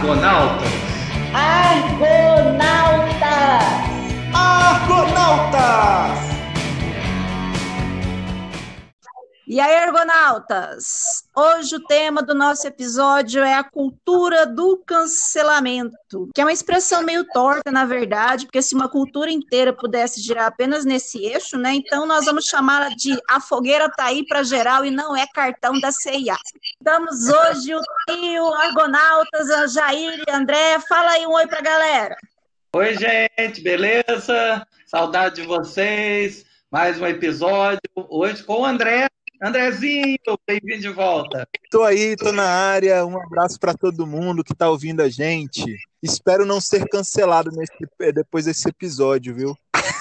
Argonautas! Argonautas! Argonautas! E aí, argonautas? Hoje o tema do nosso episódio é a cultura do cancelamento, que é uma expressão meio torta, na verdade, porque se uma cultura inteira pudesse girar apenas nesse eixo, né? Então nós vamos chamá-la de a fogueira tá aí para geral e não é cartão da CIA. Estamos hoje o trio Argonautas, a Jair e André. Fala aí um oi pra galera. Oi, gente, beleza? Saudade de vocês. Mais um episódio hoje com o André. Andrezinho, bem-vindo de volta. Tô aí, tô na área. Um abraço para todo mundo que tá ouvindo a gente. Espero não ser cancelado depois desse episódio, viu?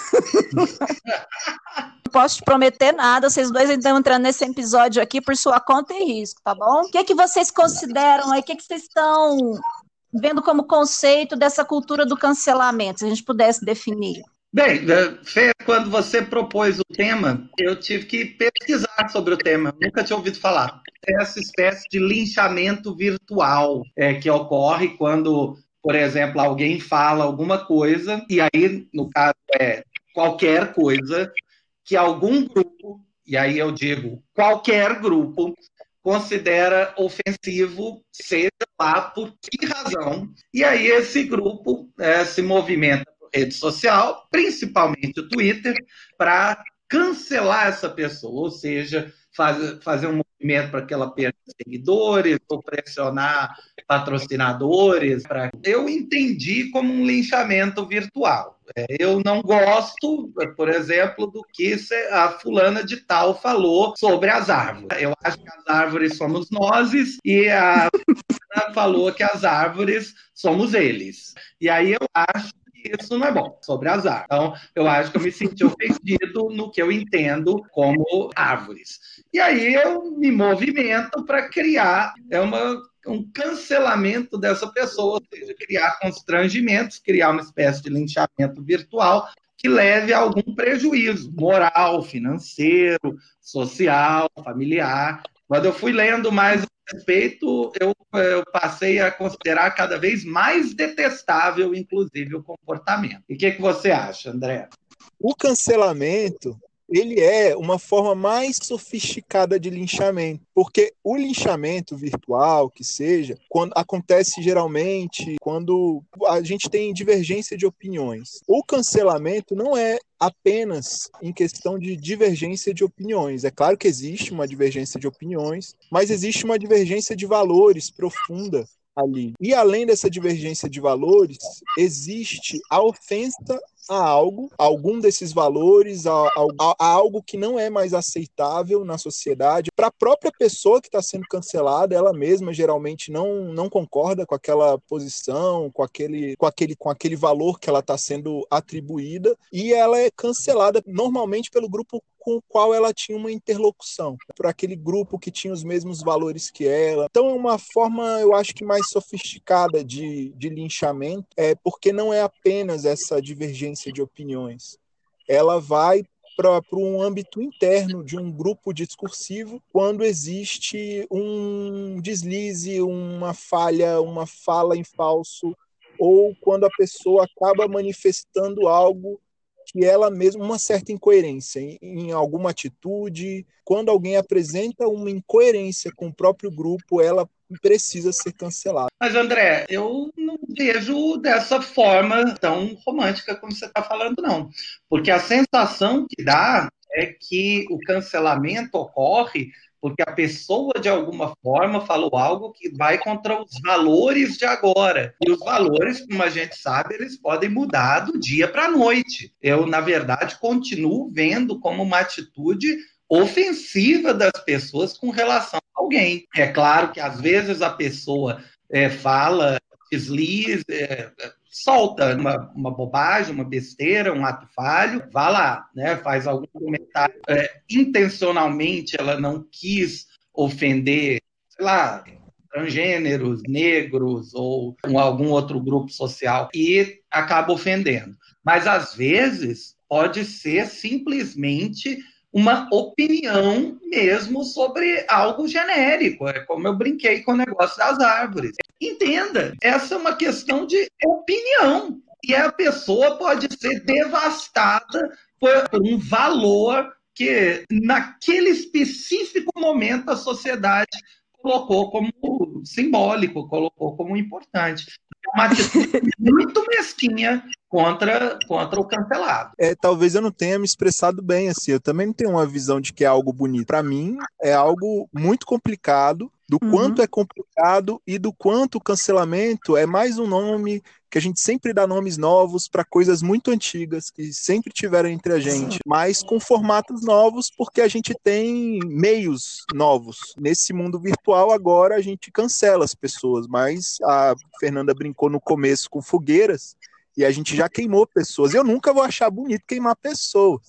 Não posso te prometer nada, vocês dois estão entrando nesse episódio aqui por sua conta e risco, tá bom? O que é que vocês consideram aí? O que é que vocês estão vendo como conceito dessa cultura do cancelamento, se a gente pudesse definir? Bem, Fê, quando você propôs o tema, eu tive que pesquisar sobre o tema. Nunca tinha ouvido falar. É essa espécie de linchamento virtual que ocorre quando, por exemplo, alguém fala alguma coisa, e aí, no caso, é qualquer coisa que algum grupo, e aí eu digo qualquer grupo, considera ofensivo, seja lá por que razão, e aí esse grupo se movimenta rede social, principalmente o Twitter, para cancelar essa pessoa, ou seja, fazer um movimento para que ela perca seguidores ou pressionar patrocinadores. Eu entendi como um linchamento virtual. Eu não gosto, por exemplo, do que a fulana de tal falou sobre as árvores. Eu acho que as árvores somos nós e a fulana falou que as árvores somos eles. E aí eu acho isso não é bom, sobre as árvores. Então, eu acho que eu me senti ofendido no que eu entendo como árvores. E aí eu me movimento para criar um cancelamento dessa pessoa, ou seja, criar constrangimentos, criar uma espécie de linchamento virtual que leve a algum prejuízo moral, financeiro, social, familiar. Quando eu fui lendo mais a respeito, eu passei a considerar cada vez mais detestável, inclusive, o comportamento. E o que você acha, André? O cancelamento, ele é uma forma mais sofisticada de linchamento, porque o linchamento virtual, que seja, quando acontece geralmente quando a gente tem divergência de opiniões. O cancelamento não é apenas em questão de divergência de opiniões. É claro que existe uma divergência de opiniões, mas existe uma divergência de valores profunda ali. E além dessa divergência de valores, existe a ofensa a algo, a algum desses valores, a algo que não é mais aceitável na sociedade. Para a própria pessoa que está sendo cancelada, ela mesma geralmente não concorda com aquela posição, com aquele valor que ela está sendo atribuída, e ela é cancelada normalmente pelo grupo com o qual ela tinha uma interlocução, por aquele grupo que tinha os mesmos valores que ela. Então é uma forma, eu acho que mais sofisticada de linchamento, porque não é apenas essa divergência de opiniões. Ela vai para um âmbito interno de um grupo discursivo quando existe um deslize, uma falha, uma fala em falso, ou quando a pessoa acaba manifestando algo que ela mesma, uma certa incoerência em alguma atitude. Quando alguém apresenta uma incoerência com o próprio grupo, ela precisa ser cancelada. Mas, André, eu não vejo dessa forma tão romântica como você está falando, não. Porque a sensação que dá é que o cancelamento ocorre porque a pessoa, de alguma forma, falou algo que vai contra os valores de agora. E os valores, como a gente sabe, eles podem mudar do dia para a noite. Eu, na verdade, continuo vendo como uma atitude ofensiva das pessoas com relação a alguém. É claro que, às vezes, a pessoa fala, desliza, solta uma bobagem, uma besteira, um ato falho, vá lá, né, faz algum comentário. Intencionalmente ela não quis ofender, sei lá, transgêneros, negros ou algum outro grupo social e acaba ofendendo. Mas, às vezes, pode ser simplesmente uma opinião mesmo sobre algo genérico. É como eu brinquei com o negócio das árvores. Entenda, essa é uma questão de opinião. E a pessoa pode ser devastada por um valor que, naquele específico momento, a sociedade colocou como simbólico, colocou como importante. É uma atitude muito mesquinha contra o cancelado. Talvez eu não tenha me expressado bem, assim, eu também não tenho uma visão de que é algo bonito. Para mim, é algo muito complicado, do quanto é complicado e do quanto o cancelamento é mais um nome que a gente sempre dá nomes novos para coisas muito antigas que sempre tiveram entre a gente, mas com formatos novos, porque a gente tem meios novos. Nesse mundo virtual, agora a gente cancela as pessoas, mas a Fernanda brincou no começo com fogueiras, e a gente já queimou pessoas. Eu nunca vou achar bonito queimar pessoas.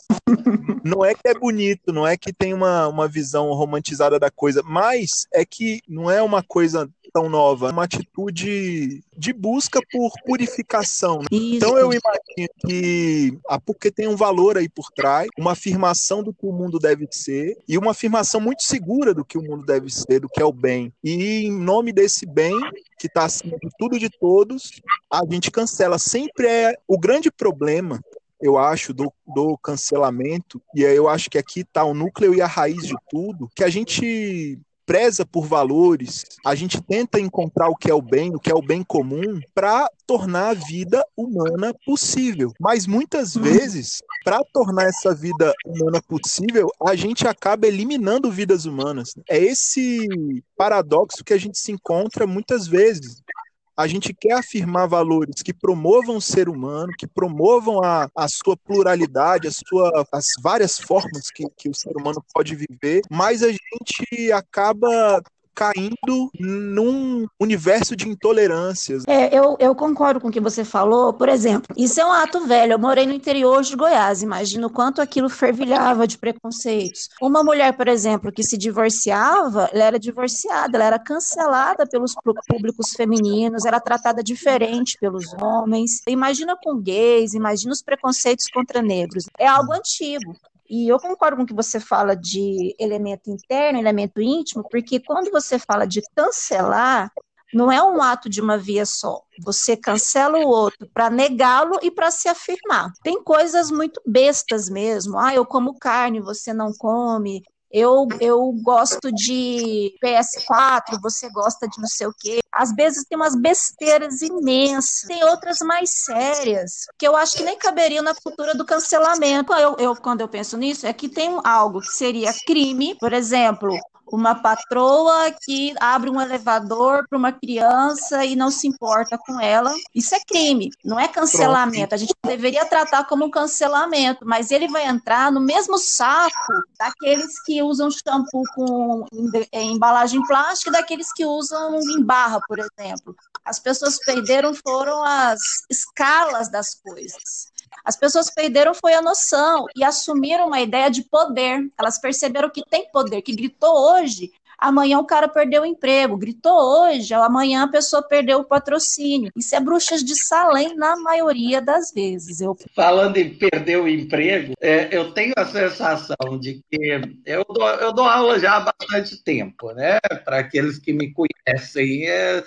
Não é que é bonito, não é que tem uma visão romantizada da coisa, mas é que não é uma coisa tão nova, é uma atitude de busca por purificação. Isso. Então eu imagino que porque tem um valor aí por trás, uma afirmação do que o mundo deve ser, e uma afirmação muito segura do que o mundo deve ser, do que é o bem. E em nome desse bem, que está acima de tudo e de todos, a gente cancela. Sempre é o grande problema, eu acho, do cancelamento, e eu acho que aqui está o núcleo e a raiz de tudo, que a gente preza por valores, a gente tenta encontrar o que é o bem comum, para tornar a vida humana possível. Mas muitas vezes, para tornar essa vida humana possível, a gente acaba eliminando vidas humanas. É esse paradoxo que a gente se encontra muitas vezes. A gente quer afirmar valores que promovam o ser humano, que promovam a sua pluralidade, as várias formas que o ser humano pode viver, mas a gente acaba caindo num universo de intolerâncias. Eu concordo com o que você falou. Por exemplo, isso é um ato velho. Eu morei no interior de Goiás. Imagino o quanto aquilo fervilhava de preconceitos. Uma mulher, por exemplo, que se divorciava, ela era divorciada, ela era cancelada pelos públicos femininos, era tratada diferente pelos homens. Imagina com gays, imagina os preconceitos contra negros. É algo antigo. E eu concordo com o que você fala de elemento interno, elemento íntimo, porque quando você fala de cancelar, não é um ato de uma via só. Você cancela o outro para negá-lo e para se afirmar. Tem coisas muito bestas mesmo. Eu como carne, você não come. Eu gosto de PS4, você gosta de não sei o quê. Às vezes tem umas besteiras imensas, tem outras mais sérias, que eu acho que nem caberiam na cultura do cancelamento. Quando eu penso nisso, é que tem algo que seria crime, por exemplo, uma patroa que abre um elevador para uma criança e não se importa com ela. Isso é crime, não é cancelamento. A gente deveria tratar como um cancelamento, mas ele vai entrar no mesmo saco daqueles que usam shampoo com embalagem plástica e daqueles que usam em barra, por exemplo. As pessoas foram as escalas das coisas. As pessoas perderam foi a noção e assumiram uma ideia de poder. Elas perceberam que tem poder, que gritou hoje, amanhã o cara perdeu o emprego. Gritou hoje, amanhã a pessoa perdeu o patrocínio. Isso é bruxas de Salem na maioria das vezes. Falando em perder o emprego, eu tenho a sensação de que eu dou aula já há bastante tempo, né? Para aqueles que me conhecem,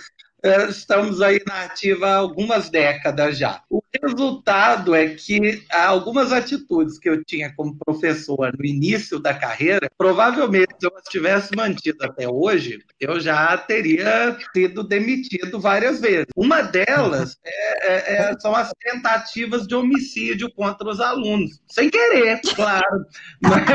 estamos aí na ativa há algumas décadas já. O resultado é que algumas atitudes que eu tinha como professor no início da carreira, provavelmente, se eu as tivesse mantido até hoje, eu já teria sido demitido várias vezes. Uma delas são as tentativas de homicídio contra os alunos. Sem querer, claro. Mas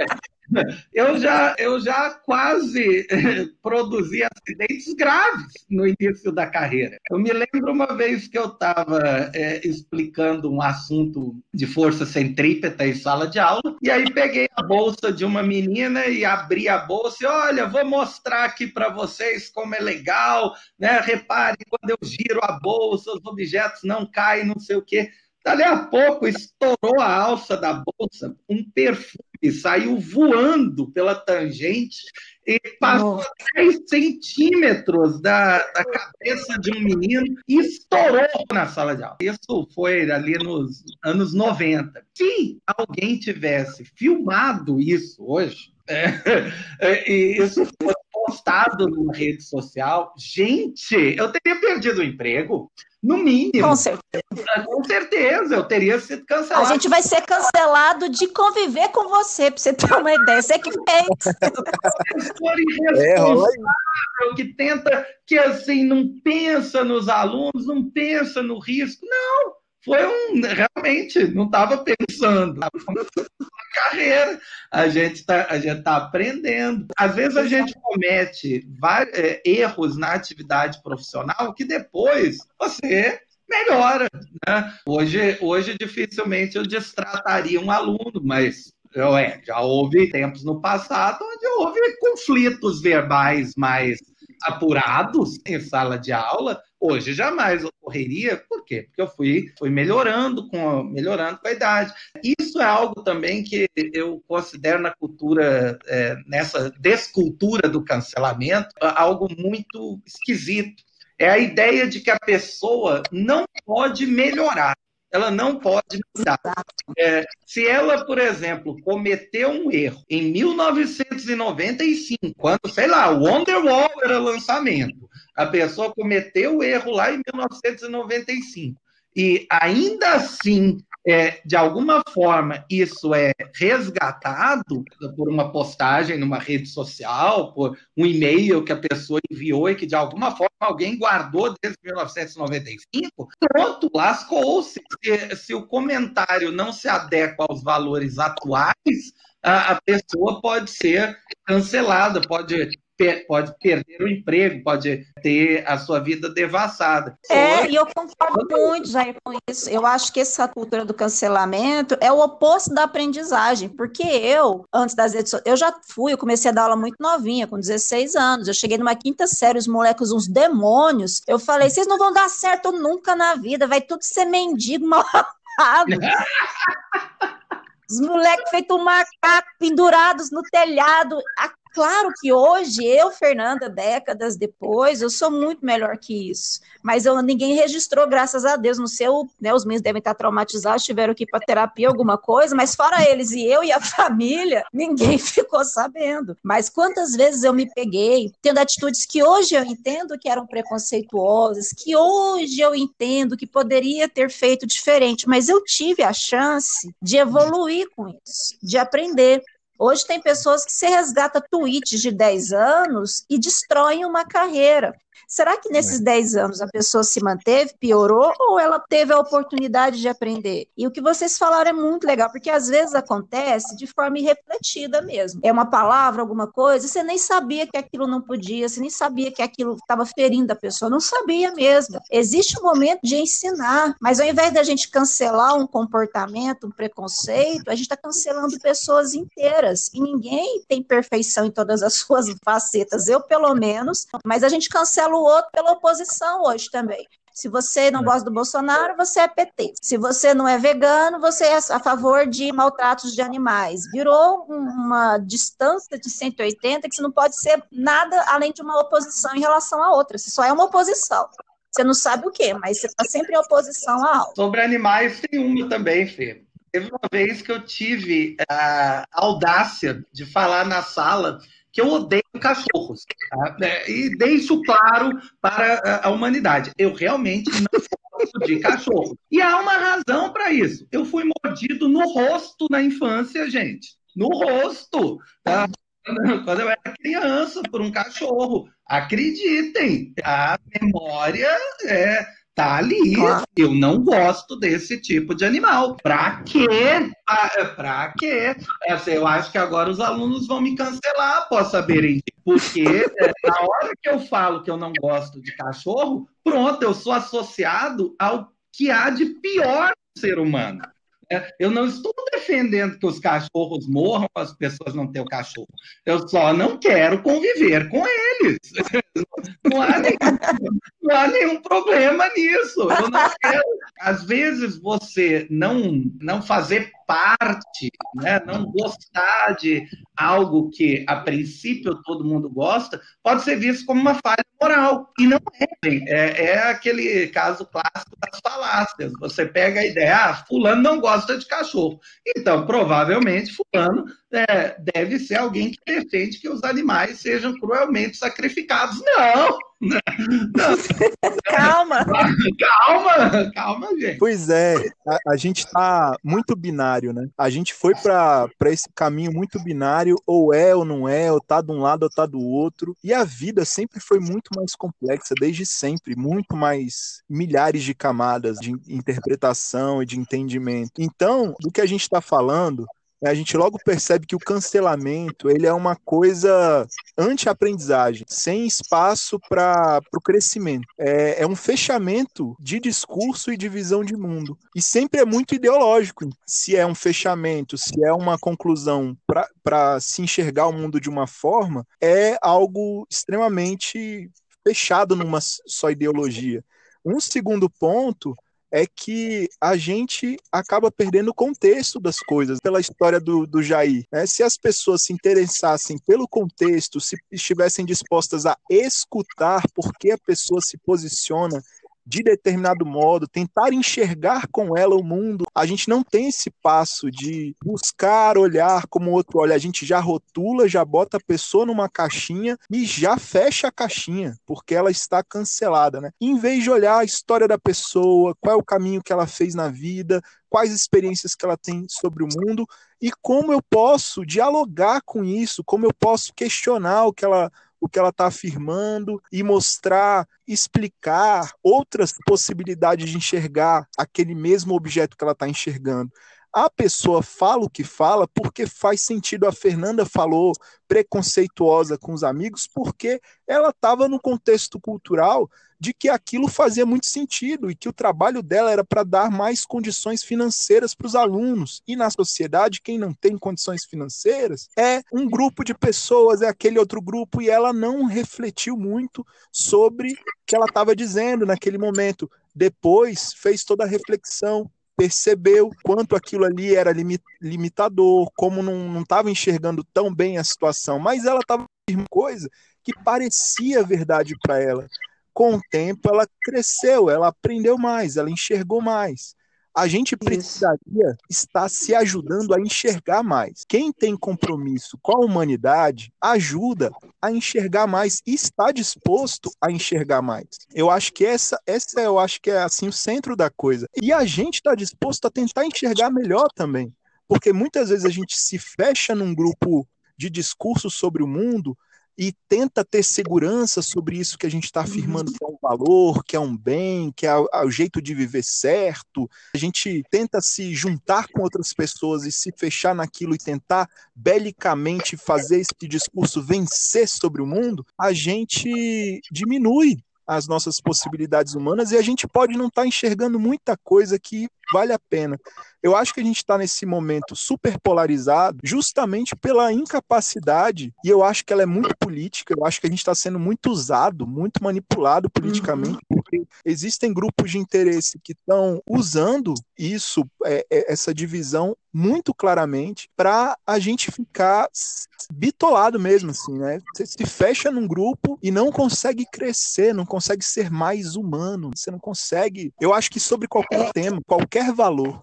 eu já quase produzi acidentes graves no início da carreira. Eu me lembro uma vez que eu estava explicando um assunto de força centrípeta em sala de aula, e aí peguei a bolsa de uma menina e abri a bolsa e, olha, vou mostrar aqui para vocês como é legal, né? Repare, quando eu giro a bolsa, os objetos não caem, não sei o quê. Dali a pouco, estourou a alça da bolsa, um perfume saiu voando pela tangente e passou 10 centímetros da cabeça de um menino e estourou na sala de aula. Isso foi ali nos anos 90. Se alguém tivesse filmado isso hoje, e isso foi postado numa rede social, gente, eu teria perdido o emprego. No mínimo. Com certeza. Com certeza, eu teria sido cancelado. A gente vai ser cancelado de conviver com você, para você ter uma ideia. Você que fez. Professor irresponsável que tenta, que assim, não pensa nos alunos, não pensa no risco. Não, realmente, não estava pensando. Na carreira, a gente tá aprendendo. Às vezes a gente comete erros na atividade profissional que depois você melhora, né? Hoje dificilmente eu destrataria um aluno, mas já houve tempos no passado onde houve conflitos verbais mais apurados em sala de aula. Hoje jamais ocorreria. Por quê? Porque eu fui melhorando com a idade. Isso é algo também que eu considero na cultura, nessa descultura do cancelamento, algo muito esquisito. É a ideia de que a pessoa não pode melhorar. Ela não pode mudar. Se ela, por exemplo, cometeu um erro em 1995, quando, sei lá, o Wonderwall era lançamento, a pessoa cometeu o erro lá em 1995, e ainda assim, de alguma forma, isso é resgatado por uma postagem numa rede social, por um e-mail que a pessoa enviou e que, de alguma forma, alguém guardou desde 1995, pronto, lascou-se. Se o comentário não se adequa aos valores atuais, a pessoa pode ser cancelada, pode perder o emprego, pode ter a sua vida devassada. E eu concordo muito, Jair, com isso. Eu acho que essa cultura do cancelamento é o oposto da aprendizagem, porque antes das redes sociais, eu comecei a dar aula muito novinha, com 16 anos, eu cheguei numa 5ª série, os moleques, uns demônios, eu falei, vocês não vão dar certo nunca na vida, vai tudo ser mendigo, mal amado. Os moleques feitos um macaco, pendurados no telhado. Claro que hoje, Fernanda, décadas depois, eu sou muito melhor que isso. Mas ninguém registrou, graças a Deus. Não sei, os meninos devem estar traumatizados, tiveram que ir para terapia, alguma coisa, mas fora eles e eu e a família, ninguém ficou sabendo. Mas quantas vezes eu me peguei tendo atitudes que hoje eu entendo que eram preconceituosas, que hoje eu entendo que poderia ter feito diferente, mas eu tive a chance de evoluir com isso, de aprender. Hoje tem pessoas que se resgatam tweets de 10 anos e destroem uma carreira. Será que nesses 10 anos a pessoa se manteve, piorou, ou ela teve a oportunidade de aprender? E o que vocês falaram é muito legal, porque às vezes acontece de forma irrefletida mesmo. É uma palavra, alguma coisa, você nem sabia que aquilo não podia, você nem sabia que aquilo estava ferindo a pessoa, não sabia mesmo. Existe um momento de ensinar, mas ao invés da gente cancelar um comportamento, um preconceito, a gente está cancelando pessoas inteiras, e ninguém tem perfeição em todas as suas facetas, eu pelo menos, mas a gente cancela o outro pela oposição hoje também. Se você não gosta do Bolsonaro, você é PT. Se você não é vegano, você é a favor de maltratos de animais. Virou uma distância de 180 que você não pode ser nada além de uma oposição em relação a outra. Você só é uma oposição. Você não sabe o quê, mas você está sempre em oposição a algo. Sobre animais, tem uma também, Fê. Teve uma vez que eu tive a audácia de falar na sala que eu odeio cachorros, tá? E deixo claro para a humanidade, eu realmente não gosto de cachorro. E há uma razão para isso. Eu fui mordido no rosto na infância, gente. No rosto, tá? Quando eu era criança, por um cachorro. Acreditem, a memória tá ali. Eu não gosto desse tipo de animal. Pra quê? Pra quê? Eu acho que agora os alunos vão me cancelar após saberem. Porque na hora que eu falo que eu não gosto de cachorro, pronto, eu sou associado ao que há de pior no ser humano. Eu não estou defendendo que os cachorros morram, as pessoas não tenham cachorro. Eu só não quero conviver com eles. Não há nenhum problema nisso. Eu não quero. Às vezes, você não fazer parte, né, não gostar de algo que, a princípio, todo mundo gosta, pode ser visto como uma falha moral. E não é, gente. É aquele caso clássico das falácias. Você pega a ideia, fulano não gosta de cachorro. Então, provavelmente, fulano deve ser alguém que defende que os animais sejam cruelmente sacrificados. Não! Calma! Calma, gente. Pois é, a gente tá muito binário, né? A gente foi para esse caminho muito binário, ou é ou não é, ou tá de um lado ou tá do outro. E a vida sempre foi muito mais complexa, desde sempre, muito mais milhares de camadas de interpretação e de entendimento. Então, do que a gente está falando, a gente logo percebe que o cancelamento ele é uma coisa anti-aprendizagem, sem espaço para o crescimento. É um fechamento de discurso e de visão de mundo. E sempre é muito ideológico. Se é um fechamento, se é uma conclusão para se enxergar o mundo de uma forma, é algo extremamente fechado numa só ideologia. Um segundo ponto é que a gente acaba perdendo o contexto das coisas, pela história do Jair. Né? Se as pessoas se interessassem pelo contexto, se estivessem dispostas a escutar por que a pessoa se posiciona de determinado modo, tentar enxergar com ela o mundo, a gente não tem esse passo de buscar olhar como o outro olha, a gente já rotula, já bota a pessoa numa caixinha e já fecha a caixinha, porque ela está cancelada, né? Em vez de olhar a história da pessoa, qual é o caminho que ela fez na vida, quais experiências que ela tem sobre o mundo e como eu posso dialogar com isso, como eu posso questionar o que ela está afirmando e mostrar, explicar outras possibilidades de enxergar aquele mesmo objeto que ela está enxergando. A pessoa fala o que fala porque faz sentido. A Fernanda falou preconceituosa com os amigos porque ela estava no contexto cultural de que aquilo fazia muito sentido e que o trabalho dela era para dar mais condições financeiras para os alunos. E na sociedade, quem não tem condições financeiras é um grupo de pessoas, é aquele outro grupo, e ela não refletiu muito sobre o que ela estava dizendo naquele momento. Depois fez toda a reflexão, percebeu quanto aquilo ali era limitador, como não estava enxergando tão bem a situação, mas ela estava fazendo coisa que parecia verdade para ela. Com o tempo, ela cresceu, ela aprendeu mais, ela enxergou mais. A gente precisaria estar se ajudando a enxergar mais. Quem tem compromisso com a humanidade ajuda a enxergar mais e está disposto a enxergar mais. Eu acho que essa eu acho que é assim o centro da coisa. E a gente está disposto a tentar enxergar melhor também, porque muitas vezes a gente se fecha num grupo de discurso sobre o mundo e tenta ter segurança sobre isso que a gente está afirmando que é um valor, que é um bem, que é o jeito de viver certo. A gente tenta se juntar com outras pessoas e se fechar naquilo e tentar belicamente fazer esse discurso vencer sobre o mundo. A gente diminui as nossas possibilidades humanas e a gente pode não estar enxergando muita coisa que vale a pena. Eu acho que a gente está nesse momento super polarizado justamente pela incapacidade, e eu acho que ela é muito política, eu acho que a gente está sendo muito usado, muito manipulado politicamente, porque existem grupos de interesse que estão usando isso, essa divisão muito claramente, para a gente ficar bitolado mesmo, assim, né? Você se fecha num grupo e não consegue crescer, não consegue ser mais humano, você não consegue... Eu acho que sobre qualquer tema, qualquer valor,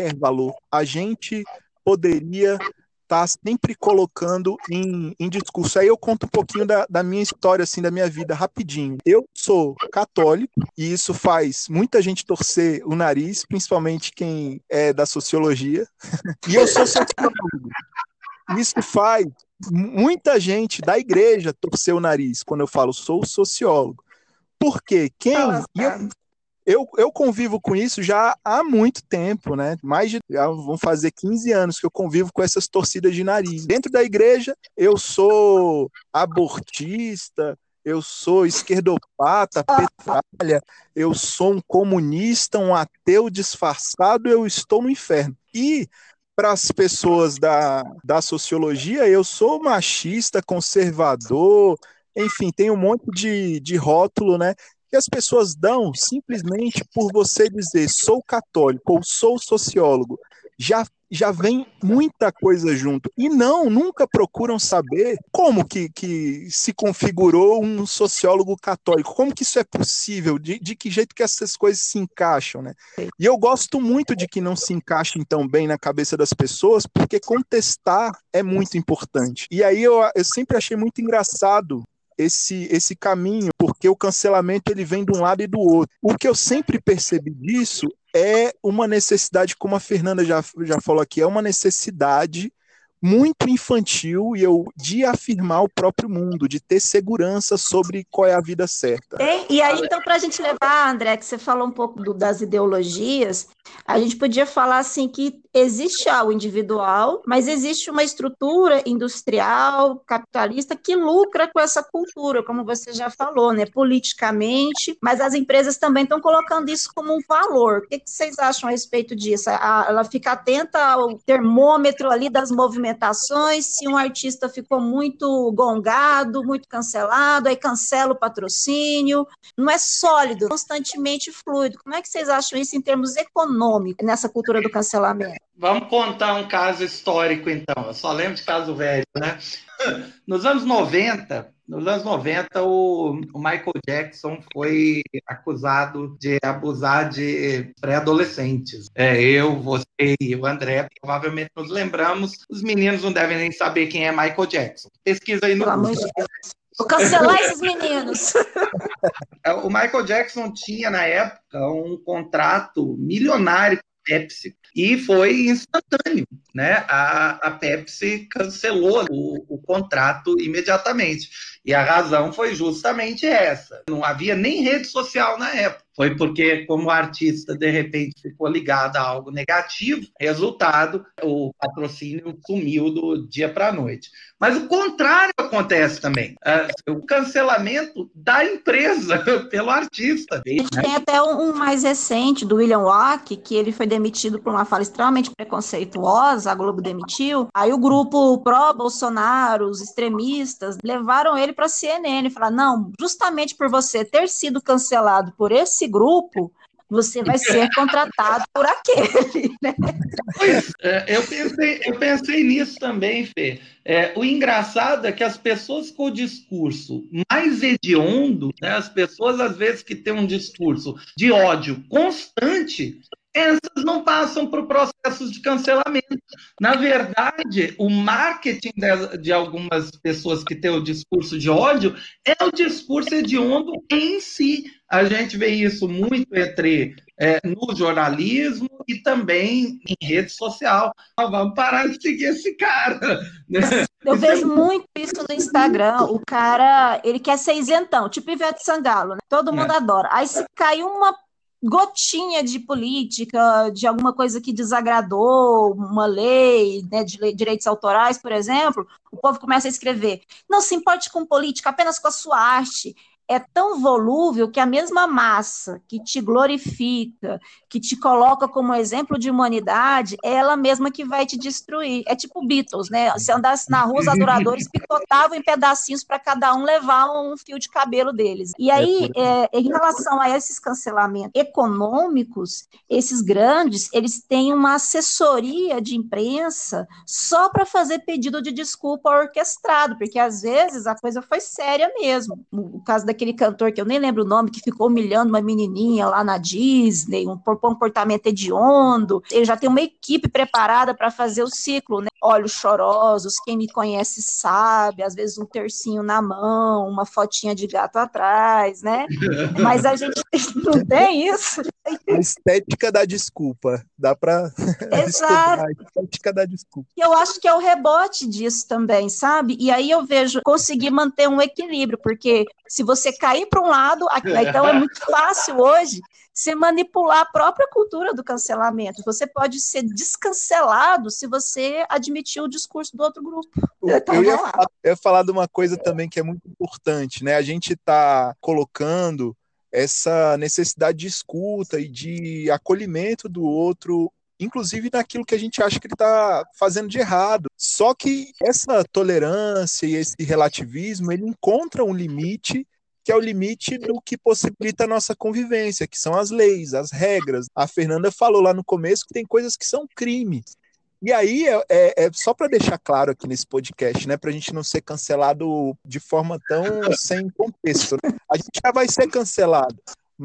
a gente poderia estar sempre colocando em discurso. Aí eu conto um pouquinho da minha história, assim, da minha vida, rapidinho. Eu sou católico, e isso faz muita gente torcer o nariz, principalmente quem é da sociologia, e eu sou sociólogo. Isso faz muita gente da igreja torcer o nariz quando eu falo sou sociólogo. Por quê? Eu convivo com isso já há muito tempo, né? Já vão fazer 15 anos que eu convivo com essas torcidas de nariz. Dentro da igreja, eu sou abortista, eu sou esquerdopata, petralha, eu sou um comunista, um ateu disfarçado, eu estou no inferno. E para as pessoas da sociologia, eu sou machista, conservador, enfim, tem um monte de rótulo, né? Que as pessoas dão simplesmente por você dizer sou católico ou sou sociólogo. Já já vem muita coisa junto. E nunca procuram saber como que se configurou um sociólogo católico, como que isso é possível, de que jeito que essas coisas se encaixam, né? E eu gosto muito de que não se encaixem tão bem na cabeça das pessoas, porque contestar é muito importante. E aí eu sempre achei muito engraçado esse caminho, porque o cancelamento ele vem de um lado e do outro. O que eu sempre percebi disso é uma necessidade, como a Fernanda já falou aqui, é uma necessidade muito infantil de afirmar o próprio mundo, de ter segurança sobre qual é a vida certa. E aí, então, para a gente levar, André, que você falou um pouco das ideologias, a gente podia falar assim que existe o individual, mas existe uma estrutura industrial, capitalista, que lucra com essa cultura, como você já falou, né, politicamente, mas as empresas também estão colocando isso como um valor. O que vocês acham a respeito disso? Ela fica atenta ao termômetro ali das movimentações, se um artista ficou muito gongado, muito cancelado, aí cancela o patrocínio, não é sólido, constantemente fluido. Como é que vocês acham isso em termos econômicos, nessa cultura do cancelamento? Vamos contar um caso histórico, então. Eu só lembro de caso velho, né? Nos anos 90, o Michael Jackson foi acusado de abusar de pré-adolescentes. Eu, você e o André provavelmente nos lembramos. Os meninos não devem nem saber quem é Michael Jackson. Pesquisa aí no Google. Pelo amor de Deus. Vou cancelar esses meninos. O Michael Jackson tinha, na época, um contrato milionário com a Pepsi e foi instantâneo, né? A Pepsi cancelou o contrato imediatamente. E a razão foi justamente essa. Não havia nem rede social na época. Foi porque, como o artista, de repente, ficou ligado a algo negativo, resultado, o patrocínio sumiu do dia para a noite. Mas o contrário acontece também. O cancelamento da empresa pelo artista. A gente tem até um mais recente, do William Wack, que ele foi demitido por uma fala extremamente preconceituosa, a Globo demitiu. Aí o grupo pró-Bolsonaro, os extremistas, levaram ele para a CNN e falaram, não, justamente por você ter sido cancelado por esse grupo, você vai ser contratado por aquele, né? Pois, eu pensei nisso também, Fê. O engraçado é que as pessoas com o discurso mais hediondo, né, as pessoas, às vezes, que têm um discurso de ódio constante, essas não passam por processos de cancelamento. Na verdade, o marketing de algumas pessoas que têm o discurso de ódio é o discurso hediondo em si. A gente vê isso muito no jornalismo e também em rede social. Vamos parar de seguir esse cara. Eu vejo muito isso no Instagram. O cara, ele quer ser isentão, tipo Ivete Sangalo, né? Todo mundo adora. Aí se caiu uma gotinha de política, de alguma coisa que desagradou, uma lei, né, de direitos autorais, por exemplo, o povo começa a escrever, não se importe com política, apenas com a sua arte. É tão volúvel que a mesma massa que te glorifica, que te coloca como exemplo de humanidade, é ela mesma que vai te destruir. É tipo Beatles, né? Se andasse na rua, os adoradores picotavam em pedacinhos para cada um levar um fio de cabelo deles. E aí, em relação a esses cancelamentos econômicos, esses grandes, eles têm uma assessoria de imprensa só para fazer pedido de desculpa orquestrado, porque às vezes a coisa foi séria mesmo. O caso daquele cantor que eu nem lembro o nome, que ficou humilhando uma menininha lá na Disney, um comportamento hediondo. Ele já tem uma equipe preparada para fazer o ciclo, né? Olhos chorosos, quem me conhece sabe, às vezes um tercinho na mão, uma fotinha de gato atrás, né? Mas a gente não tem isso. A estética da desculpa. Dá para... Exato. A estética da desculpa. E eu acho que é o rebote disso também, sabe? E aí eu vejo conseguir manter um equilíbrio, porque se você cair para um lado, então é muito fácil hoje você manipular a própria cultura do cancelamento. Você pode ser descancelado se você admitir o discurso do outro grupo. Então, eu ia falar de uma coisa também que é muito importante, né? A gente está colocando essa necessidade de escuta e de acolhimento do outro, inclusive naquilo que a gente acha que ele está fazendo de errado. Só que essa tolerância e esse relativismo, ele encontra um limite, que é o limite do que possibilita a nossa convivência, que são as leis, as regras. A Fernanda falou lá no começo que tem coisas que são crime. E aí, só para deixar claro aqui nesse podcast, né, para a gente não ser cancelado de forma tão sem contexto, né? A gente já vai ser cancelado,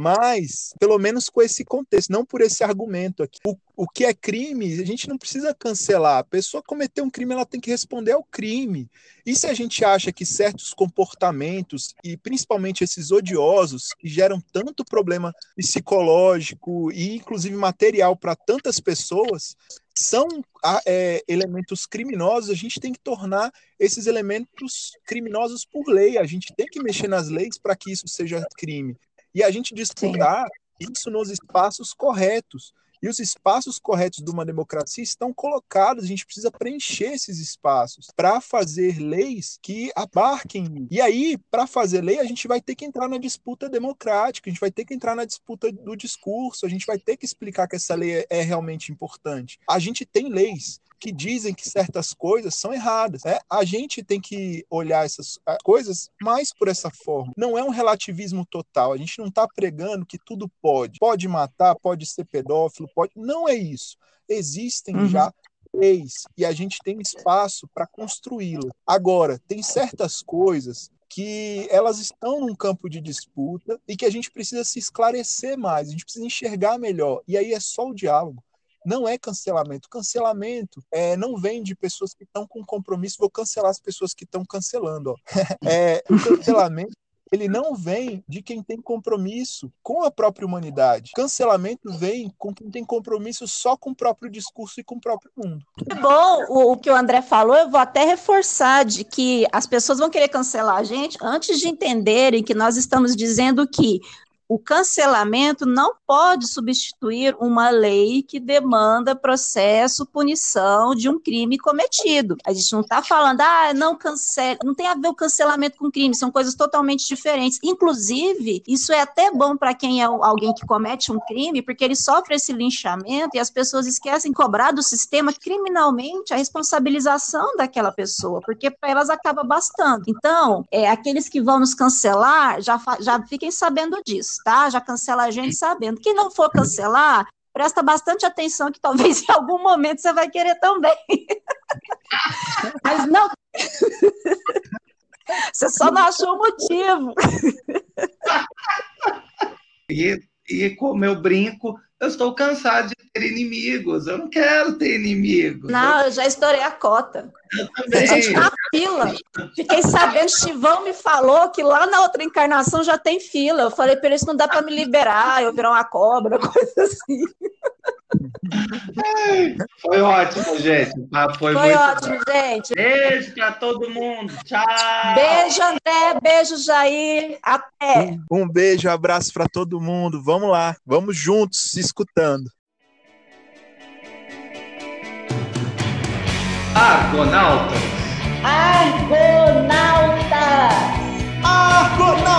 mas pelo menos com esse contexto, não por esse argumento aqui. O que é crime, a gente não precisa cancelar. A pessoa cometeu um crime, ela tem que responder ao crime. E se a gente acha que certos comportamentos, e principalmente esses odiosos, que geram tanto problema psicológico e inclusive material para tantas pessoas, são elementos criminosos, a gente tem que tornar esses elementos criminosos por lei. A gente tem que mexer nas leis para que isso seja crime. E a gente disputar isso nos espaços corretos. E os espaços corretos de uma democracia estão colocados, a gente precisa preencher esses espaços para fazer leis que abarquem. E aí, para fazer lei, a gente vai ter que entrar na disputa democrática, a gente vai ter que entrar na disputa do discurso, a gente vai ter que explicar que essa lei é realmente importante. A gente tem leis que dizem que certas coisas são erradas. A gente tem que olhar essas coisas mais por essa forma. Não é um relativismo total. A gente não está pregando que tudo pode. Pode matar, pode ser pedófilo, pode. Não é isso. Existem já leis e a gente tem espaço para construí-las. Agora, tem certas coisas que elas estão num campo de disputa e que a gente precisa se esclarecer mais, a gente precisa enxergar melhor. E aí é só o diálogo. Não é cancelamento. Cancelamento não vem de pessoas que estão com compromisso. Vou cancelar as pessoas que estão cancelando. O cancelamento ele não vem de quem tem compromisso com a própria humanidade. Cancelamento vem com quem tem compromisso só com o próprio discurso e com o próprio mundo. É bom o que o André falou, eu vou até reforçar de que as pessoas vão querer cancelar a gente antes de entenderem que nós estamos dizendo que o cancelamento não pode substituir uma lei que demanda processo, punição de um crime cometido. A gente não está falando, não cancela, não tem a ver o cancelamento com crime, são coisas totalmente diferentes. Inclusive, isso é até bom para quem é alguém que comete um crime, porque ele sofre esse linchamento e as pessoas esquecem de cobrar do sistema criminalmente a responsabilização daquela pessoa, porque para elas acaba bastando. Então, aqueles que vão nos cancelar, já fiquem sabendo disso. Tá? Já cancela a gente sabendo. Quem não for cancelar, presta bastante atenção que talvez em algum momento você vai querer também. Mas não... Você só não achou o motivo. E como eu brinco, eu estou cansado de ter inimigos. Eu não quero ter inimigos. Não, eu já estourei a cota. Eu também. Gente, na fila. Fiquei sabendo, Chivão me falou que lá na outra encarnação já tem fila. Eu falei para ele, isso não dá para me liberar, eu virar uma cobra, coisa assim. Foi ótimo, gente. Foi muito ótimo, bom. Gente. Beijo para todo mundo. Tchau. Beijo, André. Beijo, Jair. Até. Um beijo, abraço para todo mundo. Vamos lá. Vamos juntos, se escutando. Argonautas. Argonautas. Argonautas.